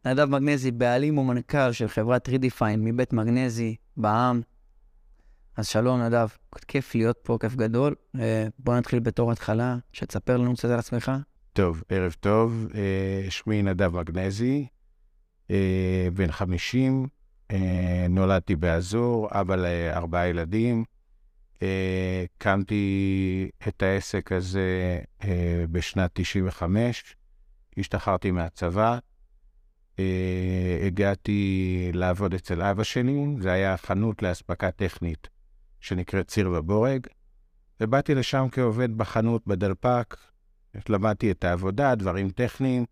נדב מגנזי, בעלים ומנכ"ל של חברת Redefine מבית מגנזי בע"מ. אז שלום נדב, כיף להיות פה, כיף גדול. בוא נתחיל בתור התחלה, שתספר לנו קצת על עצמך. טוב, ערב טוב. שמי נדב מגנזי, בן 50, נולדתי באזור, אבא ל4 ילדים. קמתי את העסק הזה בשנת 95, השתחררתי מהצבא, הגעתי לעבוד אצל אבא שלי, זה היה חנות להספקה טכנית שנקראת ציר ובורג, ובאתי לשם כעובד בחנות בדלפק, למדתי את העבודה, דברים טכניים.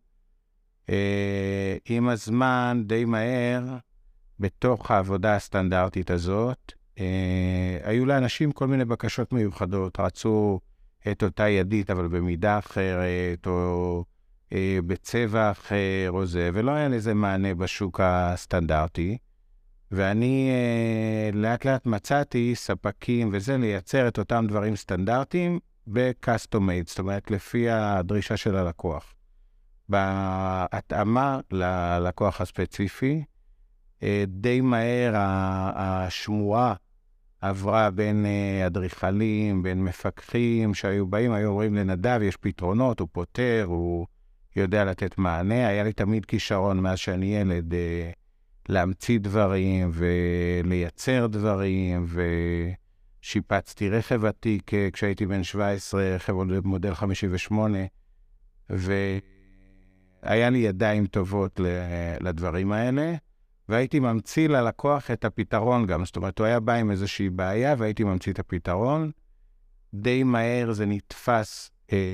עם הזמן, די מהר, בתוך העבודה הסטנדרטית הזאת, היו לאנשים כל מיני בקשות מיוחדות, רצו את אותה ידית, אבל במידה אחרת, או בצבע אחר, או זה, ולא היה לזה מענה בשוק הסטנדרטי. ואני לאט לאט מצאתי ספקים וזה, לייצר את אותם דברים סטנדרטיים ב-custom made, זאת אומרת, לפי הדרישה של הלקוח. בהתאמה ללקוח הספציפי, די מהר השמועה עברה בין אדריכלים, בין מפקחים שהיו באים, היו אומרים לנדב, יש פתרונות, הוא פותר, הוא יודע לתת מענה. היה לי תמיד כישרון מאז שאני ילד להמציא דברים ולייצר דברים, ושיפצתי רכב עתיק כשהייתי בן 17, רכב מודל 58, והיה לי ידיים טובות לדברים האלה. והייתי ממציא ללקוח את הפתרון גם, זאת אומרת, הוא היה בא עם איזושהי בעיה, והייתי ממציא את הפתרון. די מהר זה נתפס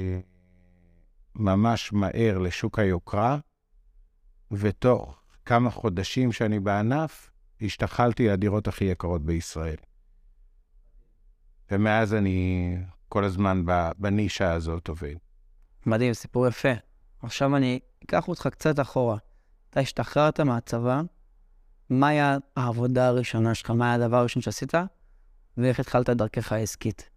ממש מהר לשוק היוקרה, ותוך כמה חודשים שאני בענף, השתחלתי לדירות הכי יקרות בישראל. ומאז אני כל הזמן בנישה הזאת עובד. מדהים, סיפור יפה. עכשיו אני אקח אותך קצת אחורה. אתה השתחררת מהצבא, מה היה העבודה הראשונה שלך? מה היה הדבר הראשון שעשית? ואיך התחלת דרכך העסקית?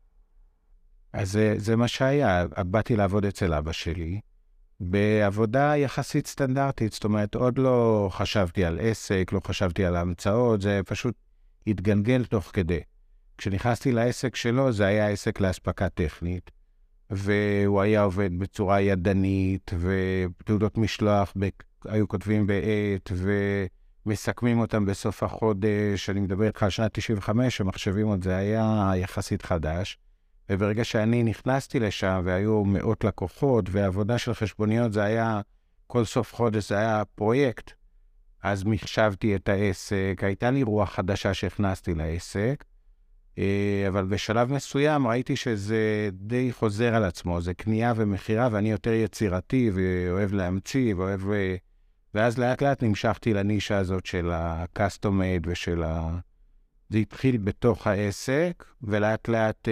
אז זה מה שהיה. באתי לעבוד אצל אבא שלי, בעבודה יחסית סטנדרטית, זאת אומרת, עוד לא חשבתי על עסק, לא חשבתי על ההמצאות, זה פשוט התגלגל תוך כדי. כשנכנסתי לעסק שלו, זה היה עסק להספקה טכנית, והוא היה עובד בצורה ידנית, ותעודות משלוח היו כותבים בעט, מסכמים אותם בסוף החודש. אני מדבר איתך על שנת 95, המחשבים עוד זה היה יחסית חדש, וברגע שאני נכנסתי לשם והיו מאות לקוחות, והעבודה של חשבוניות זה היה, כל סוף חודש זה היה פרויקט, אז מחשבתי את העסק, הייתה לי רוח חדשה שהכנסתי לעסק, אבל בשלב מסוים ראיתי שזה די חוזר על עצמו, זה קנייה ומחירה, ואני יותר יצירתי ואוהב להמציא, ואז לאט לאט נמשכתי לנישה הזאת של ה-custom made ושל זה התחיל בתוך העסק, ולאט לאט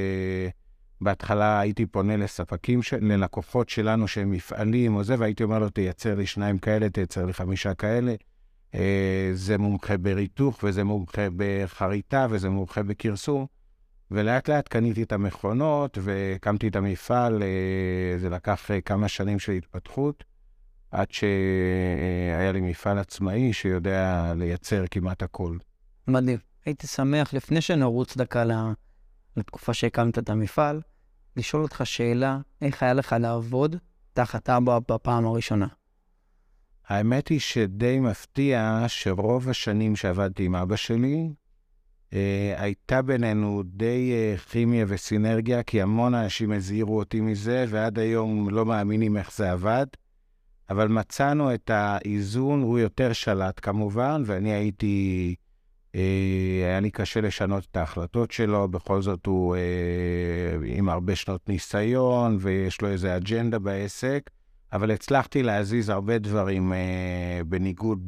בהתחלה הייתי פונה לספקים, ללקוחות שלנו שהם מפעלים או זה, והייתי אומר לו, תייצר לי 2 כאלה, תייצר לי 5 כאלה. זה מומחה בריתוך, וזה מומחה בחריטה, וזה מומחה בקרסום. ולאט לאט קניתי את המכונות, וקמתי את המפעל. זה לקח כמה שנים של התפתחות, עד שהיה לי מפעל עצמאי שיודע לייצר כמעט הכל. מדהים. הייתי שמח, לפני שנרוץ דקה לתקופה שהקמת את המפעל, לשאול אותך שאלה, איך היה לך לעבוד תחת אבא בפעם הראשונה? האמת היא שדי מפתיע שרוב השנים שעבדתי עם אבא שלי, הייתה בינינו די כימיה וסינרגיה, כי המון אנשים הזהירו אותי מזה, ועד היום לא מאמינים איך זה עבד, אבל מצאנו את האיזון, הוא יותר שלט כמובן, ואני הייתי, היה לי קשה לשנות את ההחלטות שלו, בכל זאת הוא עם הרבה שנות ניסיון, ויש לו איזה אג'נדה בעסק, אבל הצלחתי להזיז הרבה דברים בניגוד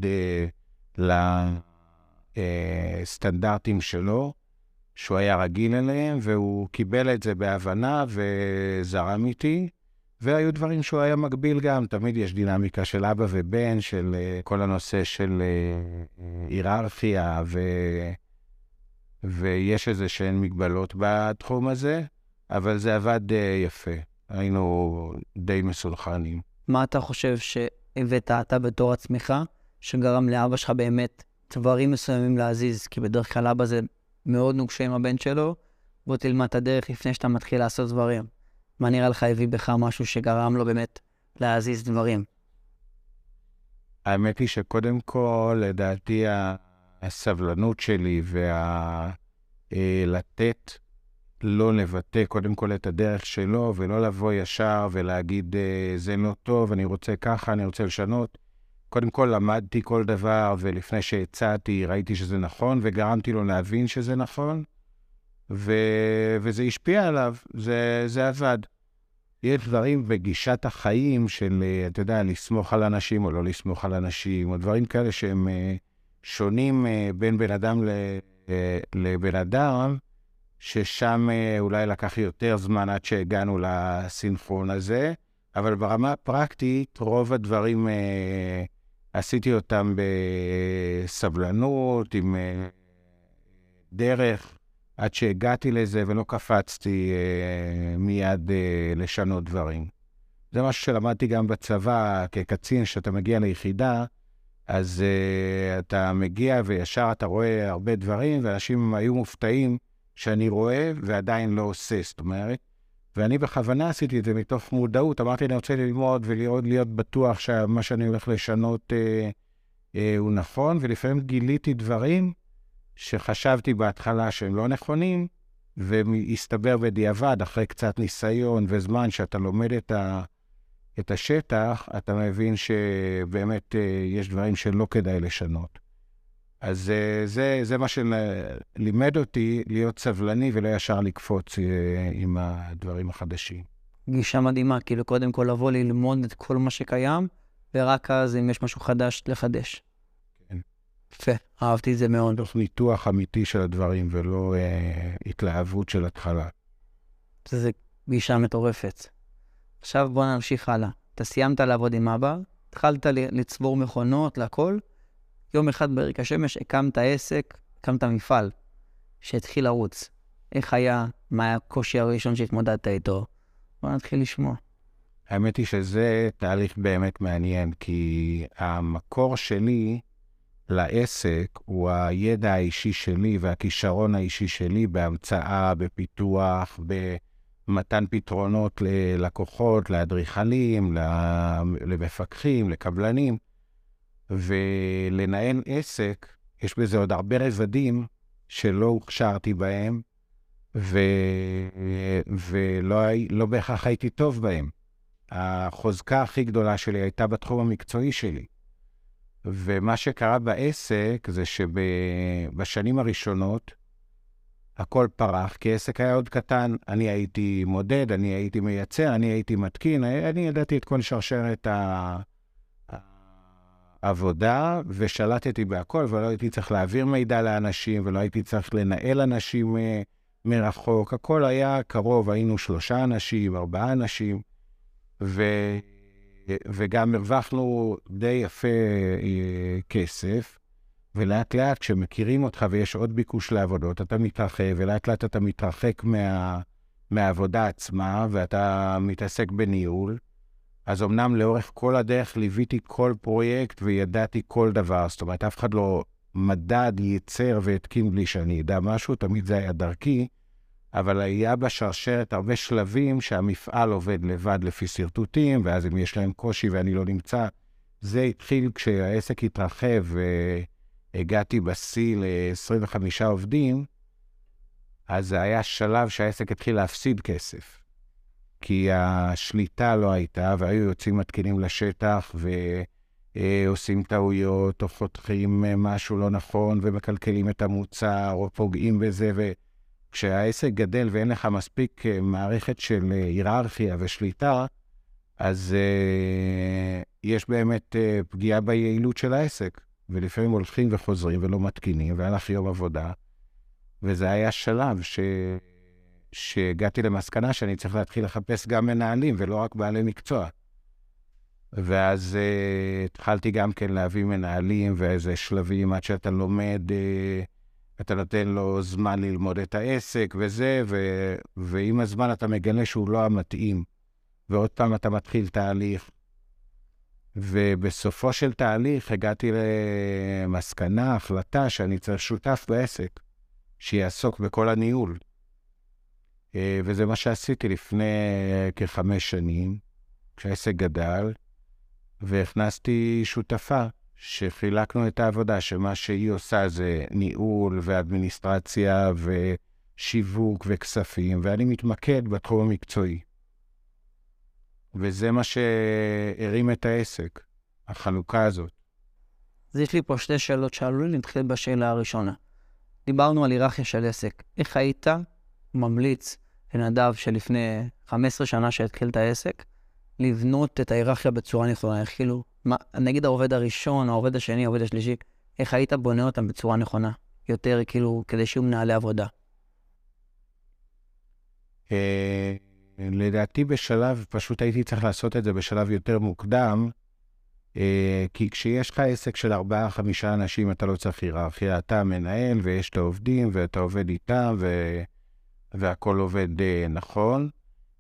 לסטנדרטים שלו, שהוא היה רגיל אליהם, והוא קיבל את זה בהבנה וזרם איתי, והיו דברים שהוא היה מגביל גם, תמיד יש דינמיקה של אבא ובן, של כל הנושא של היררכיה, ויש איזה שהן מגבלות בתחום הזה, אבל זה עבד יפה, היינו די מסולחנים. מה אתה חושב הבאת אתה בתור עצמך, שגרם לאבא שלך באמת דברים מסוימים להזיז, כי בדרך כלל אבא זה מאוד נוקשה עם הבן שלו, בוא תלמד את הדרך לפני שאתה מתחיל לעשות דברים. מה נראה לך הביא בך משהו שגרם לו באמת להזיז דברים? האמת היא שקודם כל, לדעתי, הסבלנות שלי לתת לא לבטא קודם כל את הדרך שלו, ולא לבוא ישר ולהגיד, זה לא טוב, אני רוצה ככה, אני רוצה לשנות. קודם כל למדתי כל דבר, ולפני שהצעתי ראיתי שזה נכון, וגרמתי לו להבין שזה נכון, וזה השפיע עליו, זה עבד. יש דברים בגישת החיים של, אתה יודע, לסמוך על אנשים או לא לסמוך על אנשים, או דברים כאלה שהם שונים בין בן אדם לבן אדם, ששם אולי לקח יותר זמן עד שהגענו לסינכרון הזה, אבל ברמה הפרקטית, רוב הדברים עשיתי אותם בסבלנות, עם דרך, עד שהגעתי לזה ולא קפצתי מיד לשנות דברים. זה משהו שלמדתי גם בצבא, כקצין, שאתה מגיע ליחידה, אז אתה מגיע וישר אתה רואה הרבה דברים, ואנשים היו מופתעים שאני רואה ועדיין לא עושה, זאת אומרת. ואני בכוונה עשיתי את זה מתוך מודעות, אמרתי, אני רוצה ללמוד ולהיות בטוח שמה שאני הולך לשנות הוא נכון, ולפעמים גיליתי דברים שחשבתי בהתחלה שהם לא נכונים, והסתבר בדיעבד, אחרי קצת ניסיון וזמן שאתה לומד את השטח, אתה מבין שבאמת יש דברים שלא כדאי לשנות. אז זה מה שלימד אותי להיות סבלני ולא ישר לקפוץ עם הדברים החדשים. גישה מדהימה, כאילו קודם כל לבוא ללמוד את כל מה שקיים, ורק אז אם יש משהו חדש, לחדש. כן. יפה, אהבתי את זה מאוד. תוך ניתוח אמיתי של הדברים ולא התלהבות של התחלה. זה גישה מטורפת. עכשיו בוא נמשיך הלאה. אתה סיימת לעבוד עם אבא, התחלת לצבור מכונות, לכל, יום אחד בערק השמש הקמת עסק, הקמת מפעל, שהתחיל לרוץ. איך היה? מה היה הקושי הראשון שהתמודדת איתו? בוא נתחיל לשמוע. האמת היא שזה תהליך באמת מעניין, כי המקור שלי לעסק הוא הידע האישי שלי והכישרון האישי שלי בהמצאה, בפיתוח, במתן פתרונות ללקוחות, לאדריכלים, למפקחים, לקבלנים. ולנהל עסק, יש בזה עוד הרבה רבדים שלא הוכשרתי בהם, ולא בהכרח הייתי טוב בהם. החוזקה הכי גדולה שלי הייתה בתחום המקצועי שלי. ומה שקרה בעסק זה שבשנים הראשונות הכל פרח, כי העסק היה עוד קטן. אני הייתי מודד, אני הייתי מייצר, אני הייתי מתקין, אני ידעתי את כל שרשרת העבודה, ושלטתי בהכל, ולא הייתי צריך להעביר מידע לאנשים, ולא הייתי צריך לנהל אנשים מרחוק. הכל היה קרוב, היינו 3 אנשים, 4 אנשים, וגם הרווחנו די יפה כסף, ולאט לאט כשמכירים אותך ויש עוד ביקוש לעבודות, אתה מתרחב, ולאט לאט אתה מתרחק מהעבודה עצמה, ואתה מתעסק בניהול. אז אמנם לאורך כל הדרך ליוויתי כל פרויקט וידעתי כל דבר, זאת אומרת, אף אחד לא מדד, ייצר והתקין בלי שאני ידע משהו, תמיד זה היה דרכי, אבל היה בשרשרת הרבה שלבים שהמפעל עובד לבד לפי סרטוטים, ואז אם יש להם קושי ואני לא נמצא, זה התחיל כשהעסק התרחב והגעתי בשיא ל-25 עובדים, אז זה היה שלב שהעסק התחיל להפסיד כסף. כי השליטה לא הייתה, והיו יוצאים מתקינים לשטח, ועושים טעויות, או חותכים משהו לא נכון, ומקלקלים את המוצר, או פוגעים בזה, וכשהעסק גדל ואין לך מספיק מערכת של היררכיה ושליטה, אז יש באמת פגיעה ביעילות של העסק, ולפעמים הולכים וחוזרים ולא מתקינים, והלך יום עבודה, וזה היה שלב שהגעתי למסקנה שאני צריך להתחיל לחפש גם מנהלים ולא רק בעלי מקצוע. ואז התחלתי גם כן להביא מנהלים ואיזה שלבים עד שאתה לומד, אתה נותן לו זמן ללמוד את העסק וזה, ועם הזמן אתה מגלה שהוא לא המתאים. ועוד פעם אתה מתחיל תהליך. ובסופו של תהליך הגעתי למסקנה, החלטה, שאני צריך שותף בעסק, שיעסוק בכל הניהול. וזה מה שעשיתי לפני כ5 שנים, כשהעסק גדל, והכנסתי שותפה, שחילקנו את העבודה, שמה שהיא עושה זה ניהול ואדמיניסטרציה ושיווק וכספים, ואני מתמקד בתחום המקצועי. וזה מה שהרים את העסק, החלוקה הזאת. אז יש לי פה 2 שאלות שעלו לי, נתחיל בשאלה הראשונה. דיברנו על היררכיה של עסק. איך היית ממליץ לנדב שלפני 15 שנה שהתחיל את העסק, לבנות את ההיררכיה בצורה נכונה? איך כאילו, נגיד העובד הראשון, העובד השני, העובד השלישי, איך היית בונה אותם בצורה נכונה? יותר כאילו, כדי שיהיו מנהלי עבודה. לדעתי בשלב, פשוט הייתי צריך לעשות את זה בשלב יותר מוקדם, כי כשיש לך עסק של 4-5 אנשים, אתה לא צריך היררכיה, אתה מנהל ויש את העובדים ואתה עובד איתם והכל עובד נכון.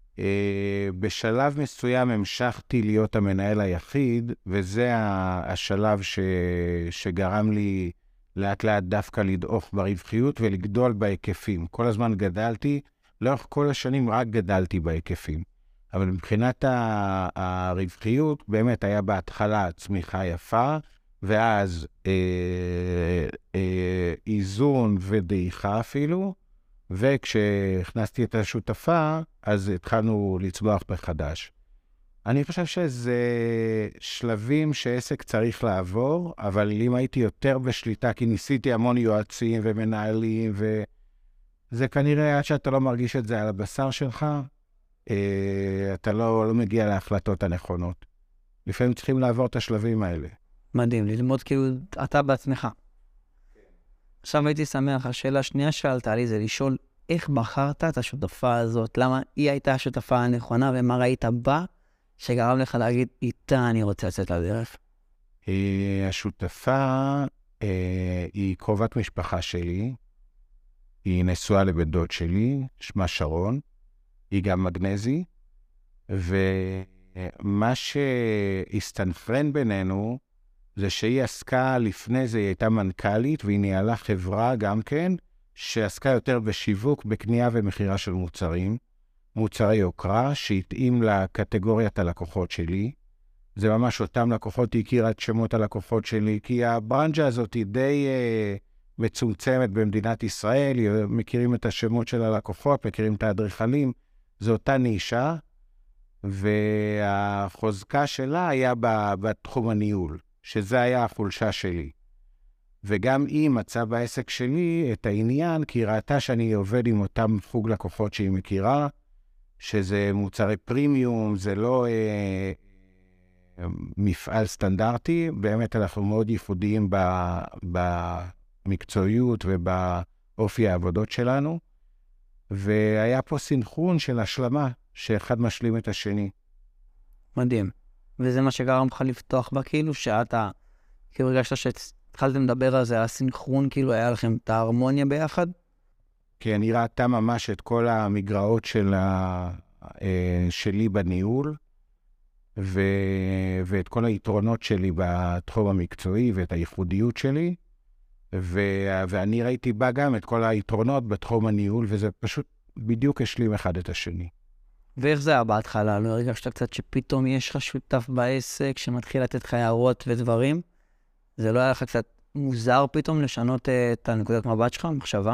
בשלב מסוים המשכתי להיות המנהל היחיד, וזה השלב שגרם לי לאט לאט דווקא לדעוך ברווחיות ולגדול בהיקפים. כל הזמן גדלתי, לאורך כל השנים רק גדלתי בהיקפים. אבל מבחינת הרווחיות, באמת היה בהתחלה צמיחה יפה, ואז איזון ודעיכה אפילו, וכשהכנסתי את השותפה, אז התחלנו לצמוח מחדש. אני חושב שזה שלבים שעסק צריך לעבור, אבל אם הייתי יותר בשליטה, כי ניסיתי המון יועצים ומנהלים, וזה כנראה עד שאתה לא מרגיש את זה על הבשר שלך, אתה לא מגיע להחלטות הנכונות. לפעמים צריכים לעבור את השלבים האלה. מדהים, ללמוד כאילו אתה בעצמך. עכשיו הייתי שמח, השאלה השנייה שאלת לי זה לשאול איך בחרת את השותפה הזאת, למה היא הייתה השותפה הנכונה ומה ראית בה שגרם לך להגיד איתה אני רוצה לצאת לדרך. השותפה היא קרובת משפחה שלי, היא נשואה לבן דוד שלי, שמה שרון, היא גם מגנזי, ומה שהסתנפרן בינינו זה שהיא עסקה לפני זה, היא הייתה מנכ"לית, והיא ניהלה חברה גם כן, שעסקה יותר בשיווק, בקנייה ומחירה של מוצרים, מוצרי יוקרה, שהתאים לקטגוריית הלקוחות שלי. זה ממש אותם לקוחות, היא הכירה את שמות הלקוחות שלי, כי הברנג'ה הזאת היא די מצומצמת במדינת ישראל, מכירים את השמות של הלקוחות, מכירים את האדריכלים, זו אותה נישה, והחוזקה שלה היה בתחום הניהול, שזה היה החולשה שלי. וגם היא מצאה בעסק שלי את העניין, כי היא ראתה שאני עובד עם אותם חוג לקוחות שהיא מכירה, שזה מוצרי פרימיום, זה לא מפעל סטנדרטי, באמת אנחנו מאוד ייחודיים במקצועיות ובאופי העבודות שלנו, והיה פה סינכרון של השלמה, שאחד משלים את השני. מדהים. וזה מה שגרם לך לפתוח בה, כאילו שאתה, כאילו הרגשת שהתחלתם לדבר על זה, הסינכרון, כאילו היה לכם את ההרמוניה ביחד? כן, היא ראתה ממש את כל המגרעות שלי בניהול, ואת כל היתרונות שלי בתחום המקצועי ואת הייחודיות שלי, ואני ראיתי בה גם את כל היתרונות בתחום הניהול, וזה פשוט בדיוק השלים אחד את השני. ואיך זה היה בהתחלה? לא הרגשת קצת שפתאום יש לך שותף בעסק שמתחיל לתת לך הערות ודברים? זה לא היה לך קצת מוזר פתאום לשנות את הנקודת מבט שלך, מחשבה?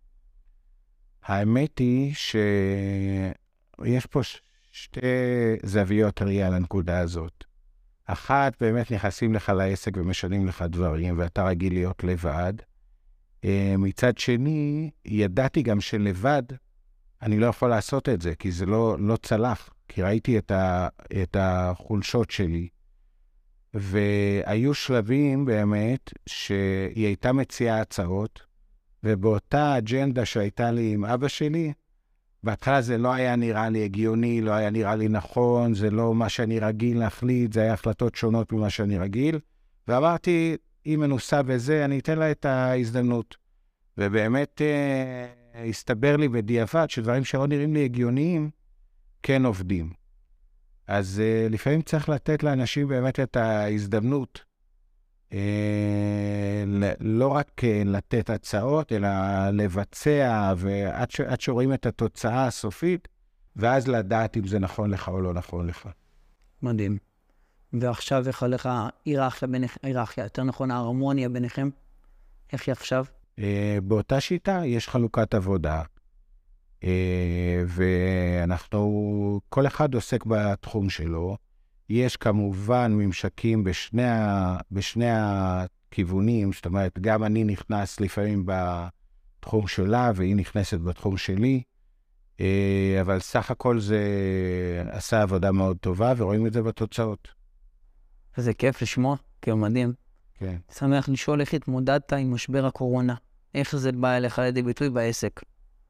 האמת היא שיש פה 2 זוויות ראייה לנקודה הזאת. אחת, באמת נכנסים לך לעסק ומשנים לך דברים, ואתה רגיל להיות לבד. מצד שני, ידעתי גם שלבד אני לא יכול לעשות את זה, כי זה לא צלח, כי ראיתי את החולשות שלי. והיו שלבים באמת שהיא הייתה מציעה הצעות, ובאותה אג'נדה שהייתה לי עם אבא שלי, בהתחלה זה לא היה נראה לי הגיוני, לא היה נראה לי נכון, זה לא מה שאני רגיל להחליט, זה היה החלטות שונות ממה שאני רגיל, ואמרתי, היא מנוסה בזה, אני אתן לה את ההזדמנות. ובאמת הסתבר לי בדיעבד שדברים שלא נראים לי הגיוניים, כן עובדים. אז לפעמים צריך לתת לאנשים באמת את ההזדמנות, לא רק לתת הצעות, אלא לבצע, ועד שרואים את התוצאה הסופית, ואז לדעת אם זה נכון לך או לא נכון לך. מדהים. ועכשיו איך הולך היררכיה, יותר נכון, ההרמוניה ביניכם? איך היא עכשיו? באותה שיטה יש חלוקת עבודה, ואנחנו, כל אחד עוסק בתחום שלו. יש כמובן ממשקים בשני הכיוונים, זאת אומרת, גם אני נכנס לפעמים בתחום שלה, והיא נכנסת בתחום שלי, אבל סך הכל זה עשה עבודה מאוד טובה, ורואים את זה בתוצאות. וזה כיף לשמוע, כאילו מדהים. כן. שמח לשאול איך התמודדת עם משבר הקורונה. איך זה בא אליך לידי ביטוי בעסק?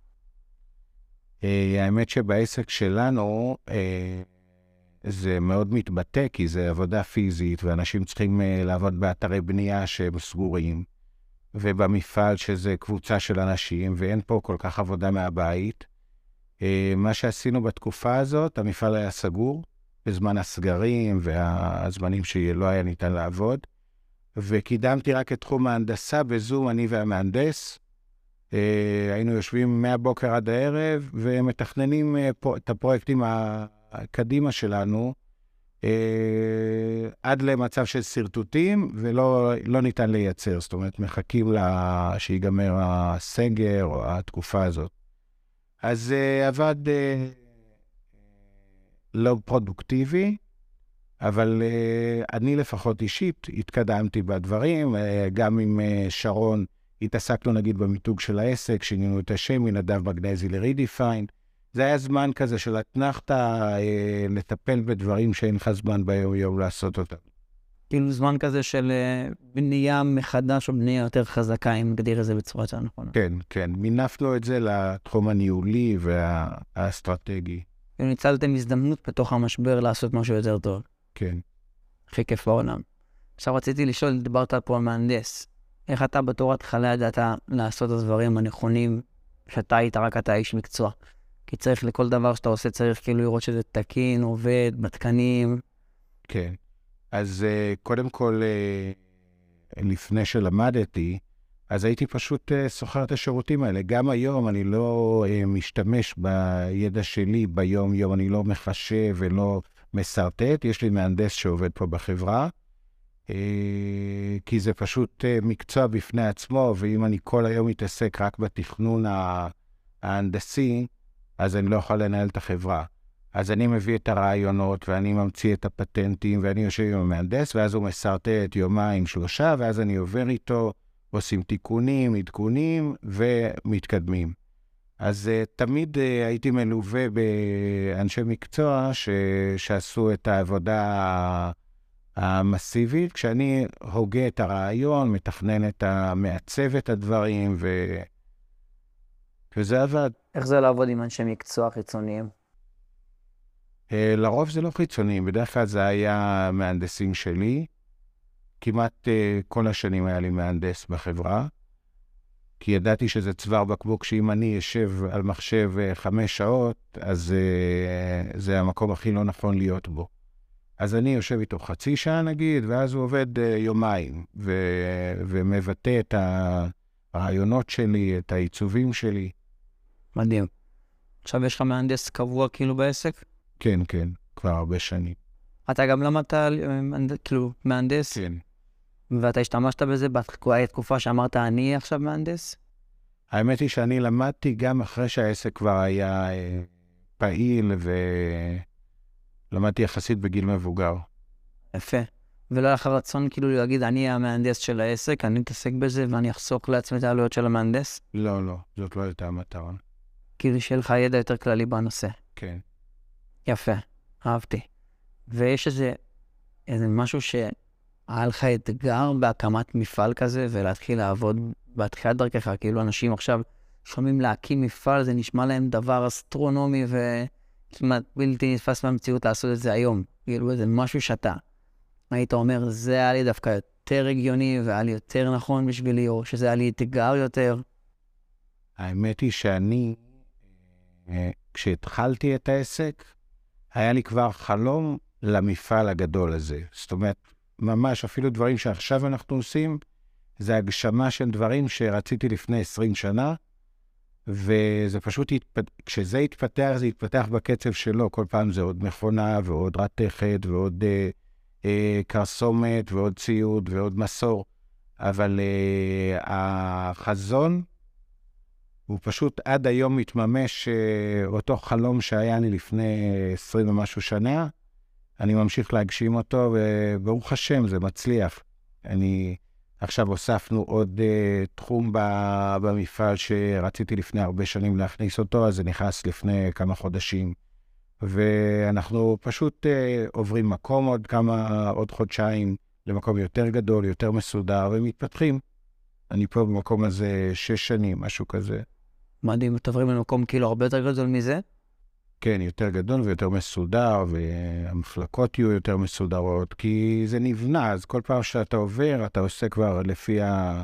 האמת שבעסק שלנו זה מאוד מתבטא, כי זה עבודה פיזית, ואנשים צריכים לעבוד באתרי בנייה שהם סגורים, ובמפעל שזה קבוצה של אנשים, ואין פה כל כך עבודה מהבית. מה שעשינו בתקופה הזאת, המפעל היה סגור, בזמן הסגרים והזמנים שלא היה ניתן לעבוד, וקידמתי רק את תחום ההנדסה בזום, אני והמהנדס. היינו יושבים מהבוקר עד הערב, ומתכננים את הפרויקטים הקדימה שלנו, עד למצב של סרטוטים, ולא ניתן לייצר. זאת אומרת, מחכים שיגמר הסגר או התקופה הזאת. אז עבד לא פרודוקטיבי, אבל אני לפחות אישית התקדמתי בדברים, גם עם שרון התעסקנו נגיד במיתוג של העסק, שינינו את השם מנדב מגנזי לרידיפיין. זה היה זמן כזה של התנחת לטפל בדברים שאין לך זמן ביום יום לעשות אותם. כאילו זמן כזה של בנייה מחדש או בנייה יותר חזקה, אם נגדיר את זה בצורה יותר נכונה. כן, כן. מינפנו את זה לתחום הניהולי והאסטרטגי. וניצלתם הזדמנות בתוך המשבר לעשות משהו יותר טוב. כן. הכי כיף בעולם. עכשיו רציתי לשאול, דיברת פה על מהנדס. איך אתה בתור התחלה ידעת לעשות את הדברים הנכונים, שאתה היית רק אתה איש מקצוע? כי צריך לכל דבר שאתה עושה, צריך כאילו לראות שזה תקין, עובד, בתקנים. כן. אז קודם כל, לפני שלמדתי, אז הייתי פשוט סוחר את השירותים האלה. גם היום אני לא משתמש בידע שלי ביום יום, אני לא מחשב ולא מסרטט. יש לי מהנדס שעובד פה בחברה, כי זה פשוט מקצוע בפני עצמו, ואם אני כל היום מתעסק רק בתכנון ההנדסי, אז אני לא יכול לנהל את החברה. אז אני מביא את הרעיונות, ואני ממציא את הפטנטים, ואני יושב עם המהנדס, ואז הוא מסרטט יומיים, 3, ואז אני עובר איתו, עושים תיקונים, עדכונים, ומתקדמים. אז תמיד הייתי מלווה באנשי מקצוע שעשו את העבודה המסיבית, כשאני הוגה את הרעיון, מתכנן מעצב את הדברים, וזה עבד. איך זה לעבוד עם אנשי מקצוע חיצוניים? לרוב זה לא חיצוניים, בדרך כלל זה היה מהנדסים שלי. כמעט כל השנים היה לי מהנדס בחברה, כי ידעתי שזה צוואר בקבוק, שאם אני יושב על מחשב 5 שעות, אז זה המקום הכי לא נכון להיות בו. אז אני יושב איתו חצי שעה נגיד, ואז הוא עובד יומיים, ומבטא את הרעיונות שלי, את העיצובים שלי. מדהים. עכשיו יש לך מהנדס קבוע כאילו בעסק? כן, כן, כבר הרבה שנים. אתה גם למדת כאילו מהנדס? כן. ואתה השתמשת בזה בתקופה שאמרת אני עכשיו מהנדס? האמת היא שאני למדתי גם אחרי שהעסק כבר היה פעיל, ולמדתי יחסית בגיל מבוגר. יפה. ולא היה לך רצון כאילו להגיד אני המהנדס של העסק, אני מתעסק בזה ואני אחסוך לעצמי את העלויות של המהנדס? לא, לא, זאת לא הייתה המטרה. כאילו שיהיה לך ידע יותר כללי בנושא. כן. יפה, אהבתי. ויש איזה משהו שהיה לך אתגר בהקמת מפעל כזה, ולהתחיל לעבוד בהתחילת דרכך, כאילו אנשים עכשיו שומעים להקים מפעל, זה נשמע להם דבר אסטרונומי וכמעט בלתי נתפס במציאות לעשות את זה היום. כאילו זה משהו שאתה היית אומר, זה היה לי דווקא יותר הגיוני, והיה לי יותר נכון בשבילי, או שזה היה לי אתגר יותר. האמת היא שאני, כשהתחלתי את העסק, היה לי כבר חלום למפעל הגדול הזה. זאת אומרת, ממש אפילו דברים שעכשיו אנחנו עושים, זה הגשמה של דברים שרציתי לפני 20 שנה, וזה פשוט, כשזה התפתח, זה התפתח בקצב שלו. כל פעם זה עוד מכונה ועוד רתכת ועוד קרסומת ועוד ציוד ועוד מסור. אבל החזון הוא פשוט עד היום מתממש, אותו חלום שהיה לי לפני 20 ומשהו שנה, אני ממשיך להגשים אותו, וברוך השם, זה מצליח. עכשיו הוספנו עוד תחום במפעל שרציתי לפני הרבה שנים להכניס אותו, אז זה נכנס לפני כמה חודשים. ואנחנו פשוט עוברים מקום עוד חודשיים, למקום יותר גדול, יותר מסודר, ומתפתחים. אני פה במקום הזה 6 שנים, משהו כזה. מדהים, תעברים למקום כאילו הרבה יותר גדול מזה? כן, יותר גדול ויותר מסודר, והמחלקות יהיו יותר מסודרות, כי זה נבנה, אז כל פעם שאתה עובר, אתה עושה כבר לפי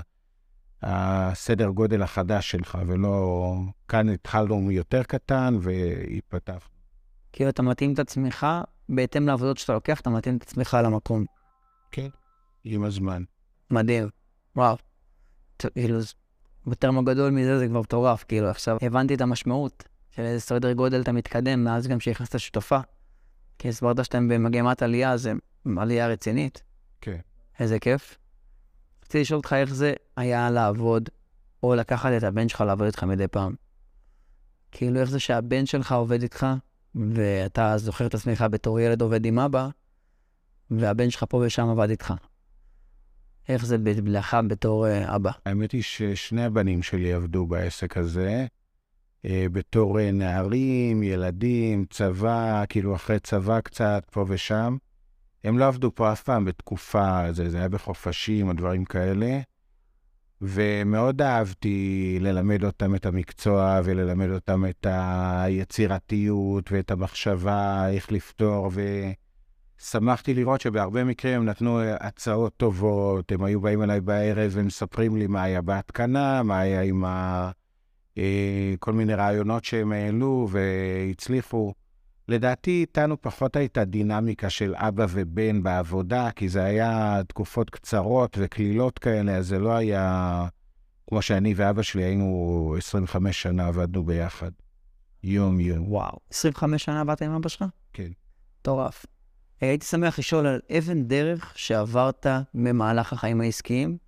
הסדר גודל החדש שלך, ולא כאן התחלנו יותר קטן והתפתח. כאילו אתה מתאים את עצמך, בהתאם לעבודות שאתה לוקח, אתה מתאים את עצמך למקום. כן, עם הזמן. מדהים, וואו. כאילו, יותר גדול מזה זה כבר מטורף, כאילו עכשיו הבנתי את המשמעות של איזה סדר גודל אתה מתקדם, מאז גם שהכנסת שותפה. כי הסברת שאתם במגמת עלייה, זה עלייה רצינית. כן. איזה כיף. רציתי לשאול אותך איך זה היה לעבוד, או לקחת את הבן שלך לעבוד איתך מדי פעם. כאילו איך זה שהבן שלך עובד איתך, ואתה זוכר את עצמך בתור ילד עובד עם אבא, והבן שלך פה ושם עבד איתך. איך זה לך בתור אבא? האמת היא ששני הבנים שלי עבדו בעסק הזה, בתור נערים, ילדים, צבא, כאילו אחרי צבא קצת, פה ושם. הם לא עבדו פה אף פעם בתקופה, זה היה בחופשים או דברים כאלה, ומאוד אהבתי ללמד אותם את המקצוע, וללמד אותם את היצירתיות ואת המחשבה, איך לפתור, ושמחתי לראות שבהרבה מקרים הם נתנו הצעות טובות, הם היו באים אליי בערב ומספרים לי מה היה בהתקנה, מה היה עם כל מיני רעיונות שהם העלו והצליחו. לדעתי איתנו פחות הייתה דינמיקה של אבא ובן בעבודה, כי זה היה תקופות קצרות וכלילות כאלה, אז זה לא היה כמו שאני ואבא שלי היינו 25 שנה עבדנו ביחד. יום. וואו. 25 שנה עבדת עם אבא שלך? כן. מטורף. הייתי שמח לשאול על אבן דרך שעברת במהלך החיים העסקיים.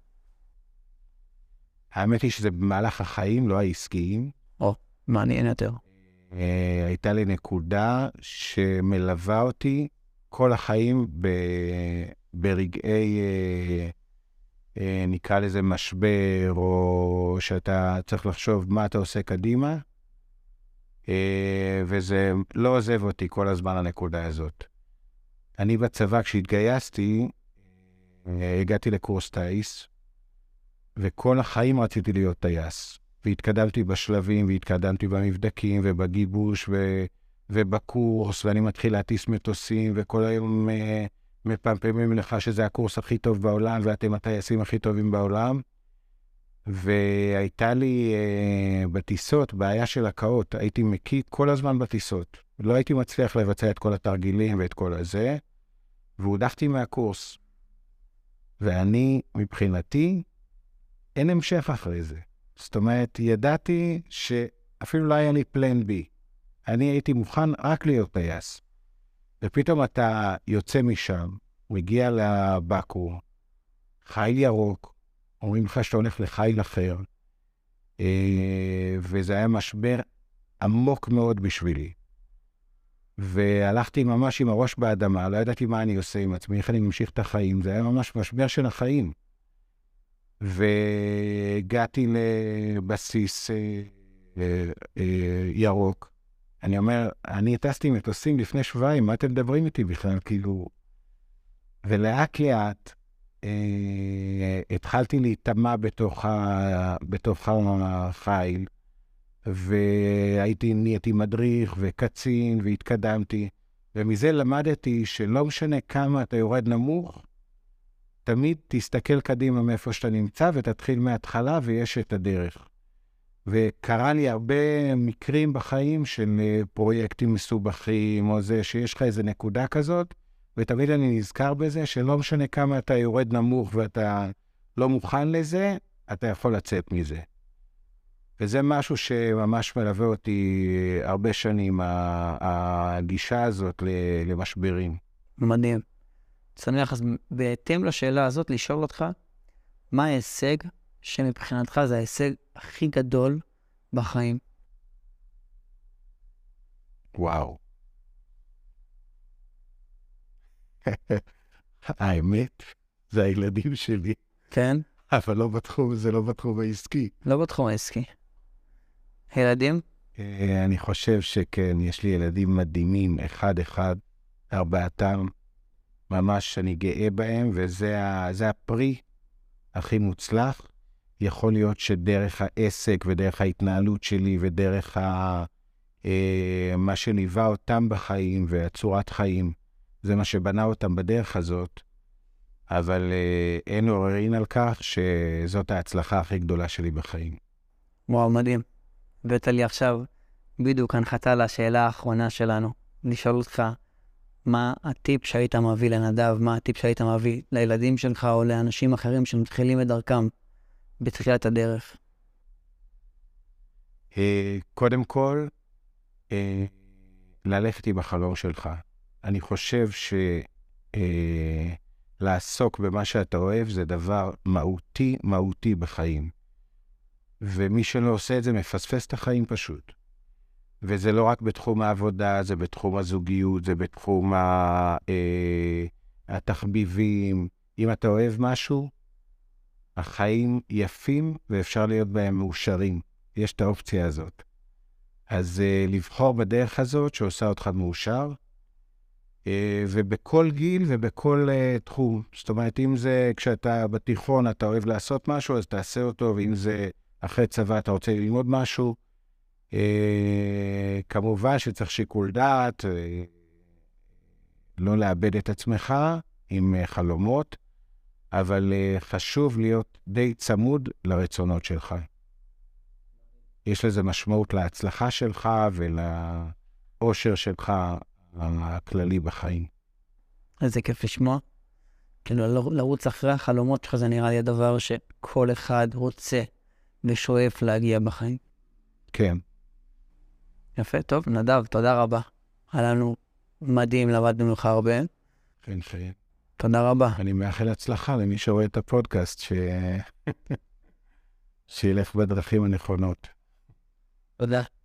האמת היא שזה במהלך החיים, לא העסקיים. מעניין יותר. הייתה לי נקודה שמלווה אותי כל החיים ברגעי, נקרא לזה משבר, או שאתה צריך לחשוב מה אתה עושה קדימה, וזה לא עוזב אותי כל הזמן הנקודה הזאת. אני בצבא, כשהתגייסתי, הגעתי לקורס טייס, וכל החיים רציתי להיות טייס. והתקדמתי בשלבים, והתקדמתי במבדקים, ובגיבוש, ובקורס, ואני מתחיל להטיס מטוסים, וכל היום מפמפמים לך שזה הקורס הכי טוב בעולם, ואתם הטייסים הכי טובים בעולם. והייתה לי בטיסות בעיה של הקאות, הייתי מקיא כל הזמן בטיסות. לא הייתי מצליח לבצע את כל התרגילים ואת כל הזה, והודחתי מהקורס. ואני, מבחינתי, אין המשך אחרי זה. זאת אומרת, ידעתי שאפילו לא היה לי פלן בי. אני הייתי מוכן רק להיות טייס. ופתאום אתה יוצא משם, מגיע לבקו"ם, חיל ירוק, אומרים לך שאתה הולך לחיל אחר, וזה היה משבר עמוק מאוד בשבילי. והלכתי ממש עם הראש באדמה, לא ידעתי מה אני עושה עם עצמי, איך אני ממשיך את החיים, זה היה ממש משבר של החיים. והגעתי לבסיס ירוק. אני אומר, אני טסתי מטוסים לפני שבועיים, מה אתם מדברים איתי בכלל? כאילו... ולאט לאט התחלתי להתאמה בתוך החיל, נהייתי מדריך וקצין והתקדמתי, ומזה למדתי שלא משנה כמה אתה יורד נמוך, תמיד תסתכל קדימה מאיפה שאתה נמצא ותתחיל מההתחלה ויש את הדרך. וקרה לי הרבה מקרים בחיים של פרויקטים מסובכים, או זה שיש לך איזו נקודה כזאת, ותמיד אני נזכר בזה שלא משנה כמה אתה יורד נמוך ואתה לא מוכן לזה, אתה יכול לצאת מזה. וזה משהו שממש מלווה אותי הרבה שנים, הגישה הזאת למשברים. מדהים. שמח, אז בהתאם לשאלה הזאת, לשאול אותך, מה ההישג שמבחינתך זה ההישג הכי גדול בחיים? וואו. האמת, זה הילדים שלי. כן? אבל לא בתחום, זה לא בתחום העסקי. לא בתחום העסקי. ילדים? אני חושב שכן, יש לי ילדים מדהימים, אחד, ארבעתם. ממש אני גאה בהם, וזה הפרי הכי מוצלח. יכול להיות שדרך העסק ודרך ההתנהלות שלי ודרך מה שליווה אותם בחיים והצורת חיים, זה מה שבנה אותם בדרך הזאת, אבל אין עוררין על כך שזאת ההצלחה הכי גדולה שלי בחיים. וואו, מדהים. הבאת לי עכשיו בדיוק הנחתה לשאלה האחרונה שלנו. לשאול אותך, מה הטיפ שהיית מביא לנדב, מה הטיפ שהיית מביא לילדים שלך או לאנשים אחרים שמתחילים את דרכם בתחילת הדרך? קודם כל, ללכת עם החלום שלך. אני חושב לעסוק במה שאתה אוהב זה דבר מהותי בחיים. ומי שלא עושה את זה מפספס את החיים פשוט. וזה לא רק בתחום העבודה, זה בתחום הזוגיות, זה בתחום התחביבים. אם אתה אוהב משהו, החיים יפים ואפשר להיות בהם מאושרים. יש את האופציה הזאת. אז לבחור בדרך הזאת שעושה אותך מאושר, ובכל גיל ובכל תחום. זאת אומרת, אם זה כשאתה בתיכון אתה אוהב לעשות משהו, אז תעשה אותו, ואם זה אחרי צבא אתה רוצה ללמוד משהו, כמובן שצריך שיקול דעת, לא לאבד את עצמך עם חלומות, אבל חשוב להיות די צמוד לרצונות שלך. יש לזה משמעות להצלחה שלך ולאושר שלך הכללי בחיים. איזה כיף לשמוע. כאילו, לרוץ אחרי החלומות שלך זה נראה לי הדבר שכל אחד רוצה ושואף להגיע בחיים. כן. יפה, טוב, נדב, תודה רבה. היה לנו מדהים, למדנו לך הרבה. כן, כן. תודה רבה. אני מאחל הצלחה למי שרואה את הפודקאסט, שילך בדרכים הנכונות. תודה.